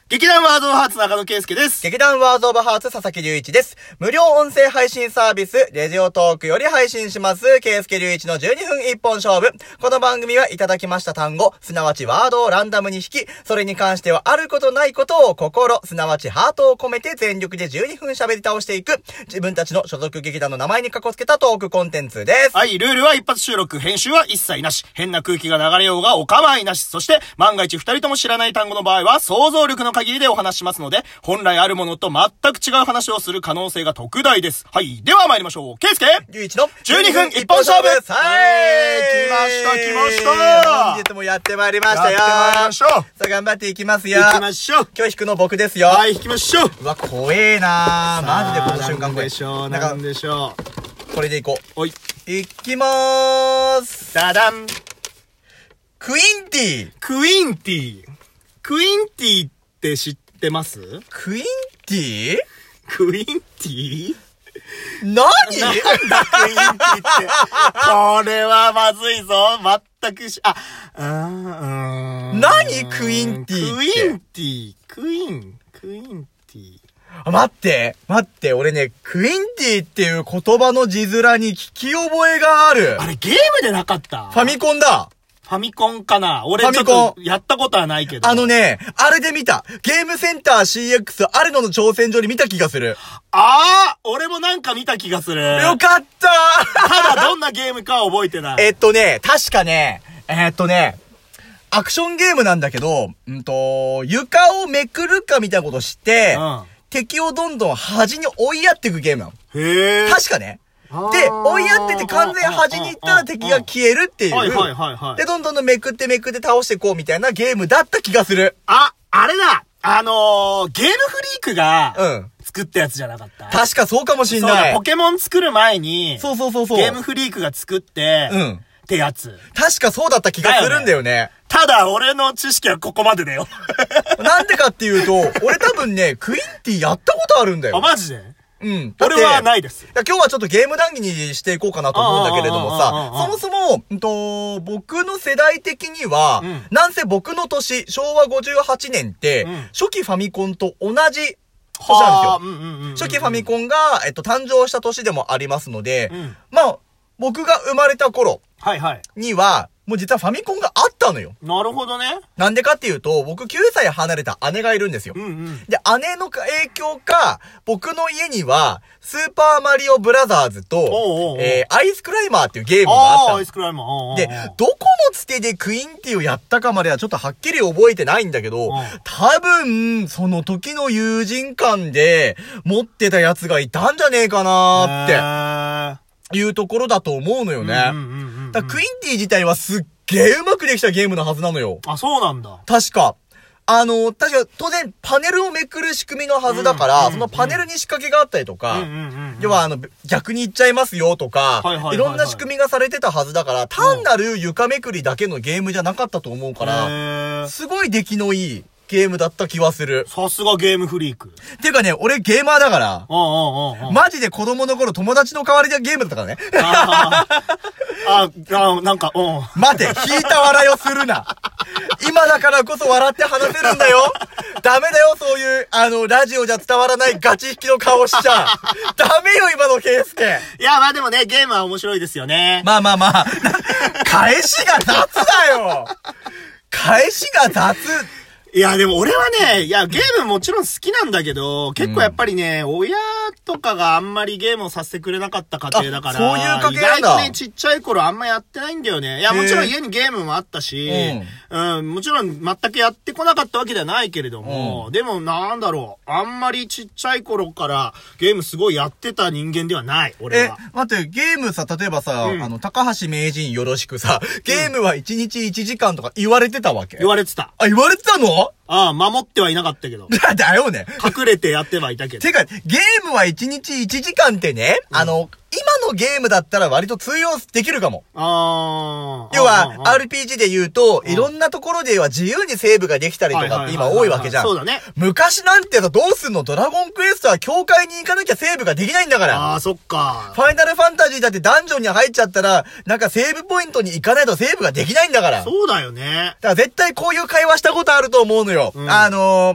劇団ワードオブハーツ中野圭介です。 劇団ワードオブハーツ佐々木隆一です。無料音声配信サービス、レジオトークより配信します、圭介隆一の12分一本勝負。この番組はいただきました単語、すなわちワードをランダムに引き、それに関してはあることないことを心、すなわちハートを込めて全力で12分喋り倒していく、自分たちの所属劇団の名前にかこつけたトークコンテンツです。 はい、ルールは一発収録、編集は一切なし、変な空気が流れようがお構いなし、そして万が一2人とも知らない単語の場合は想像力の限りでお話しますので、本来あるものと全く違う話をする可能性が特大です。はい。では参りましょう。圭介隆一の 12分一本勝負。 はい。 来ました。 本日もやってまいりましたよ。 やってまいりましょう。 さあ頑張っていきますよ。 行きましょう。 今日引くの僕ですよ。 はい、引きましょう。 うわ、怖えなー。マジでこの瞬間怖い。 なんでしょう、なんでしょう。これでいこう。 おい。 いきまーす。 ダダン。 クインティ。 クインティ。クインティって知ってます？ クインティ？ クインティ？ 何？ なんだクインティって。これはまずいぞ。全く何クインティって。 クインティ。クインティ。 待って、俺ね、クインティっていう言葉の字面に聞き覚えがある。 あれゲームでなかった？ ファミコンだ。 ファミコンかな？俺ちょっとやったことはないけど。 あれで見た。ゲームセンター CX アルノの挑戦状に見た気がする。 俺もなんか見た気がする。 よかったただどんなゲームかは覚えてない。 確かね、アクションゲームなんだけど、床をめくるかみたいなことして、敵をどんどん端に追いやっていくゲームなの。 へー。 確かね。で、追いやってて完全端に行ったら敵が消えるっていう。で、どんどんめくって倒していこうみたいなゲームだった気がする。 あれだゲームフリークが、作ったやつじゃなかった？ 確かそうかもしんない。 ポケモン作る前に、 そう。 ゲームフリークが作って、ってやつ。 確かそうだった気がするんだよね。 ただ、俺の知識はここまでだよ。 なんでかっていうと、俺多分ね、クインティやったことあるんだよ。 マジで？ 俺はないです。 今日はちょっとゲーム談義にしていこうかなと思うんだけれどもさ、そもそも、僕の世代的には、なんせ僕の年、昭和58年って、初期ファミコンと同じ年なんですよ。初期ファミコンが、誕生した年でもありますので、僕が生まれた頃には、もう実はファミコンがあったのよ。 なるほどね。 なんでかっていうと、僕9歳離れた姉がいるんですよ。で、姉の影響か、僕の家には、スーパーマリオブラザーズと、アイスクライマーっていうゲームがあったの。 アイスクライマー。 で、どこのつてでクインティをやったかまではちょっとはっきり覚えてないんだけど、多分、その時の友人間で持ってたやつがいたんじゃねえかなって。いうところだと思うのよね。だクインティ自体はすっげえうまくできたゲームのはずなのよ。 そうなんだ。 確か当然パネルをめくる仕組みのはずだから、そのパネルに仕掛けがあったりとか、要は逆に行っちゃいますよとか、いろんな仕組みがされてたはずだから、単なる床めくりだけのゲームじゃなかったと思うから、すごい出来のいいゲームだった気はする。 さすがゲームフリーク。 ていうかね、俺ゲーマーだから、マジで子供の頃友達の代わりでゲームだったからね。 なんか、 待て、引いた笑いをするな。今だからこそ笑って話せるんだよ。ダメだよ、そういう、ラジオじゃ伝わらないガチ引きの顔しちゃ。ダメよ、今のケイスケ。 いや、でもね、ゲームは面白いですよね。 返しが雑だよ。返しが雑。 いや、でも俺はね、ゲームもちろん好きなんだけど、結構やっぱりね、親とかがあんまりゲームをさせてくれなかった家庭だから、 そういう家庭なんだ。 意外とね、ちっちゃい頃あんまやってないんだよね。いや、もちろん家にゲームもあったし、もちろん全くやってこなかったわけではないけれども、でもなんだろう、あんまりちっちゃい頃からゲームすごいやってた人間ではない、俺は。 待って、ゲームさ、例えばさ、高橋名人よろしくさ、ゲームは1日1時間とか言われてたわけ？ 言われてた。 言われてたの？ 守ってはいなかったけど。 だよね。 隠れてやってはいたけど。 てか、ゲームは1日1時間ってね、今のゲームだったら割と通用できるかも。要は、RPG で言うと、いろんなところでは自由にセーブができたりとかって今多いわけじゃん。 そうだね。 昔なんてどうすんの？ドラゴンクエストは教会に行かなきゃセーブができないんだから。 そっか。 ファイナルファンタジーだってダンジョンに入っちゃったら、なんかセーブポイントに行かないとセーブができないんだから。 そうだよね。 だから絶対こういう会話したことあると思うのよ。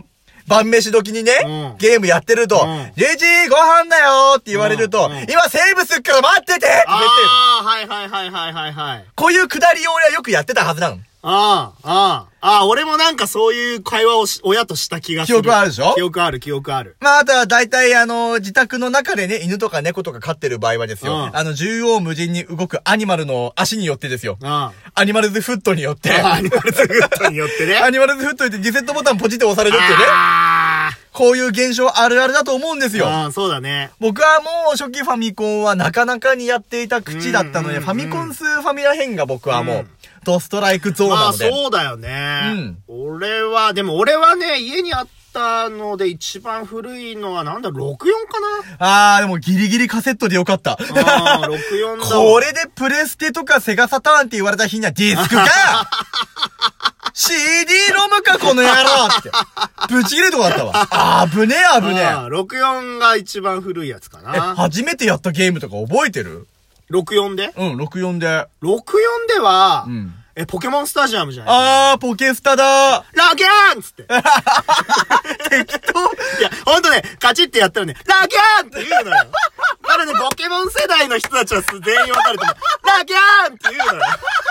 晩飯時にね、ゲームやってると、レジご飯だよって言われると、今セーブすっから待っててって言ってる。 はいはいはいはいはいはい。 こういうくだりを俺はよくやってたはずなの。 俺もなんかそういう会話を親とした気がする。 記憶あるでしょ？ 記憶ある。 まあ、あとは大体自宅の中でね、犬とか猫とか飼ってる場合はですよ。縦横無尽に動くアニマルの足によってですよ。アニマルズフットによって。 アニマルズフットによってね。 アニマルズフットによってリセットボタンポチって押されるっていうね。こういう現象あるあるだと思うんですよ。 そうだね。 僕はもう初期ファミコンはなかなかにやっていた口だったので、ファミコンスーファミラ編が僕はもう、ドストライクゾーンなので。 そうだよね。俺はね、家にあったので一番古いのはなんだ、64かな？でもギリギリカセットでよかった。 64だ。 これでプレステとかセガサターンって言われた日にはディスクかCD ロムかこの野郎って。ぶち切れるとこだったわ。危ねえ。 64が一番古いやつかな。 初めてやったゲームとか覚えてる ？64で ？64で。 64では、ポケモンスタジアムじゃない？ ポケスタだ。 ラギャーンつって。 適当。 いや、ほんとね、カチってやったらね、ラギャーンって言うのよ。だからね、ポケモン世代の人たちは全員わかると思う。ラギャーンって言うのよ。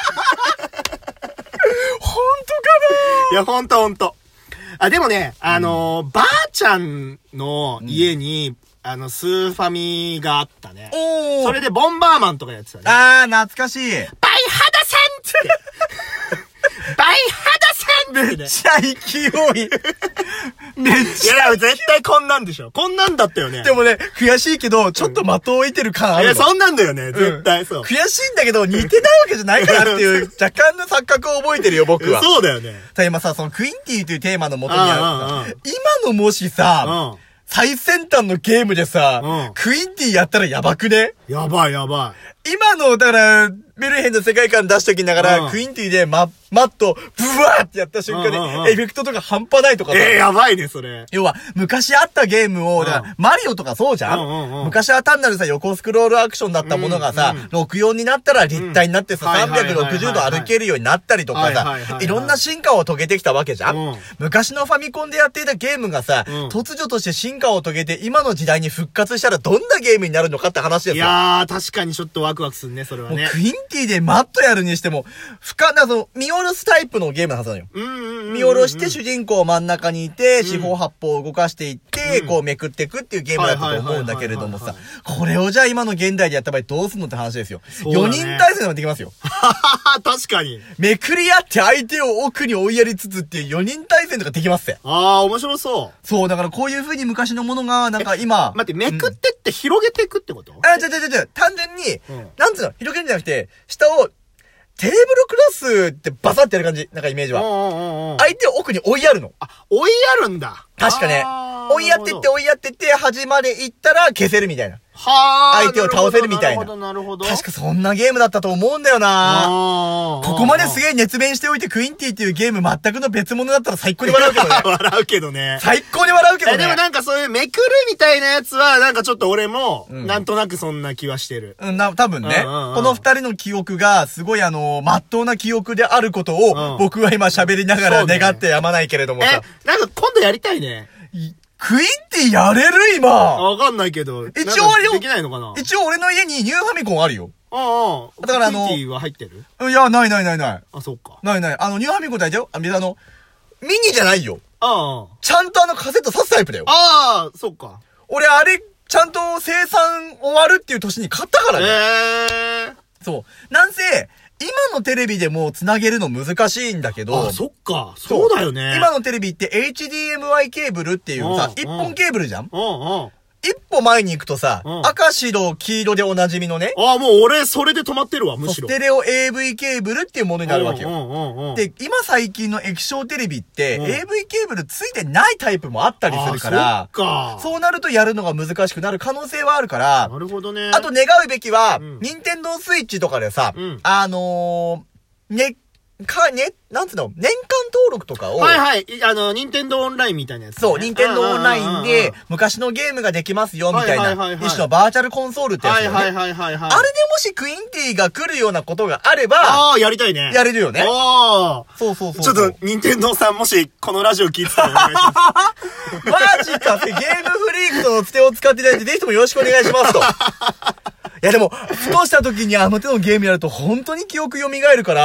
ほんとかな？いや、ほんと。でもね、ばあちゃんの家に、スーファミがあったね。それでボンバーマンとかやってたね。 懐かしい。 バイハダさんつって。バイハダさんって、ね。 めっちゃ勢い。 いや、絶対こんなんでしょ。こんなんだったよね。 でもね、悔しいけど、ちょっと的を置いてる感あるの。 いや、そんなんだよね。絶対そう。 悔しいんだけど、似てないわけじゃないかなっていう、若干の錯覚を覚えてるよ、僕は。 そうだよね。 今さ、そのクインティというテーマの元にある今のもしさ、最先端のゲームでさ、クインティやったらやばくね？ やばい。 今の、だから、メルヘンの世界観出しときながら、クインティでマット、ブワーってやった瞬間に、エフェクトとか半端ないとかさ。 やばいね、それ。 要は、昔あったゲームを、だからマリオとかそうじゃん？昔は単なるさ、横スクロールアクションだったものがさ、64になったら立体になってさ、360度歩けるようになったりとかさ、いろんな進化を遂げてきたわけじゃん？昔のファミコンでやっていたゲームがさ、突如として進化を遂げて、今の時代に復活したらどんなゲームになるのかって話ですよ。 いやー、確かにちょっとワクワクするね、それはね。 クインティでマットやるにしても、見下ろすタイプのゲームのはずなのよ。見下ろして主人公真ん中にいて、四方八方を動かしていって、こうめくっていくっていうゲームだったと思うんだけれどもさ、これをじゃあ今の現代でやった場合どうすんのって話ですよ。4人対戦でもできますよ。 確かに。 めくり合って相手を奥に追いやりつつっていう4人対戦とかできますって。 面白そう。 そう、だからこういう風に昔のものが、なんか今。 待って、めくってって広げていくってこと？ 単純に、なんつうの、広げるんじゃなくて、下を、テーブルクロスってバサってやる感じ。なんかイメージは。相手を奥に追いやるの。 追いやるんだ。 確かね。追いやってって端まで行ったら消せるみたいな。相手を倒せるみたいな。 なるほど。 確かそんなゲームだったと思うんだよな。ここまですげえ熱弁しておいてクインティっていうゲーム全くの別物だったら最高に笑うけどね。 笑うけどね。 最高に笑うけどね。 でもなんかそういうめくるみたいなやつはなんかちょっと俺もなんとなくそんな気はしてる。 多分ね。この二人の記憶がすごい真っ当な記憶であることを僕は今喋りながら願ってやまないけれどもさ。 なんか今度やりたいね。 クインティやれる今。 わかんないけど。 一応あれよ。 できないのかな？ 一応俺の家にニューファミコンあるよ。 だからクインティは入ってる？ いや、ない。 そっか。 ない。ニューファミコン大丈夫？ミニじゃないよ。ちゃんとカセット挿すタイプだよ。 そっか。 俺あれ、ちゃんと生産終わるっていう年に買ったからね。そう。なんせ、今のテレビでも繋げるの難しいんだけど。 そっか。そうだよね。 今のテレビって HDMI ケーブルっていうさ、一本ケーブルじゃん？一歩前に行くとさ、赤白黄色でおなじみのね。 もう俺それで止まってるわ、むしろ。 ステレオ AV ケーブルっていうものになるわけよ。で、今最近の液晶テレビって、AV ケーブルついてないタイプもあったりするから、そうなるとやるのが難しくなる可能性はあるから、 なるほどね。 あと願うべきは、任天堂スイッチとかでさ、 なんつうの、年間登録とかを。 はいはい。任天堂オンラインみたいなやつ、ね。 そう、任天堂オンラインで、昔のゲームができますよ、みたいな。一種のバーチャルコンソールってやつ、ね。 はいはいはいはい。 あれでもしクインティが来るようなことがあれば。 ああ、やりたいね。 やれるよね。 ああ。 そうそうそう。 ちょっと、任天堂さんもし、このラジオ聞いてたらお願いします。 マジかって、ゲームフリークとのつてを使っていただいて、ぜひともよろしくお願いしますと。いやでも、ふとした時にあの手のゲームやると本当に記憶蘇るから、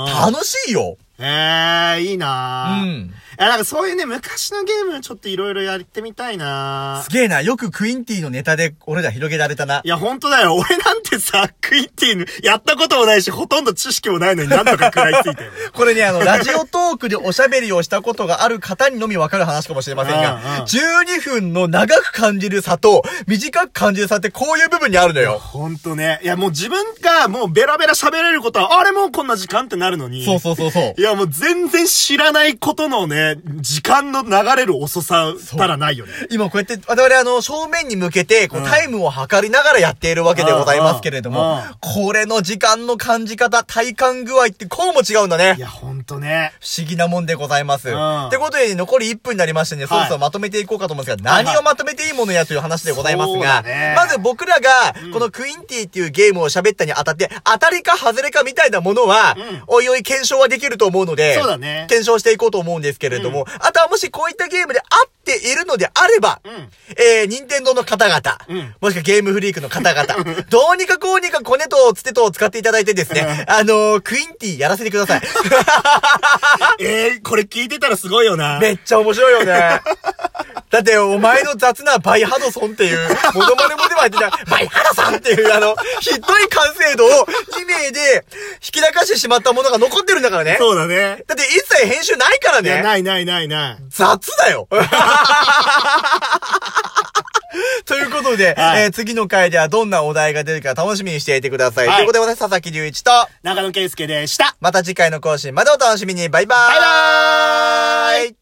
楽しいよ。 いいなぁ。うん。なんかそういうね、昔のゲームちょっといろいろやってみたいな。 すげえな。よくクインティのネタで俺ら広げられたな。 いや、ほんとだよ。俺なんてさ、クインティやったこともないし、ほとんど知識もないのになんとか食らいついてる。 これね、ラジオトークでおしゃべりをしたことがある方にのみわかる話かもしれませんが、12分の長く感じる差と短く感じる差ってこういう部分にあるのよ。 ほんとね。いや、もう自分がもうベラベラ喋れることは、あれもうこんな時間ってなるのに。 そうそうそうそう。 いや、もう全然知らないことのね、時間の流れる遅さたらないよね。 今こうやって我々正面に向けてこうタイムを測りながらやっているわけでございますけれども、これの時間の感じ方、体感具合ってこうも違うんだね。 いや、ほんとね。 不思議なもんでございます。ってことで残り1分になりましてね、そろそろまとめていこうかと思うんですが、何をまとめていいものやという話でございますが、まず僕らがこのクインティっていうゲームを喋ったにあたって、当たりか外れかみたいなものは、おいおい検証はできると思うので、 そうだね。 検証していこうと思うんですけれども、あとはもしこういったゲームで合っているのであれば、任天堂の方々、もしくはゲームフリークの方々、どうにかこうにかコネとツテとを使っていただいてですね、クインティやらせてください。 これ聞いてたらすごいよな。 めっちゃ面白いよね。だって、お前の雑なバイハドソンっていう、モノマネもでもやってた、バイハドソンっていうひどい完成度を2名で引き出かしてしまったものが残ってるんだからね。 そうだね。 だって一切編集ないからね。いや、 ない。 雑だよ。ということで、次の回ではどんなお題が出るか楽しみにしていてください。ということで、私、佐々木隆一と、 中野圭介でした。 また次回の更新までお楽しみに。バイバーイ。 バイバーイ。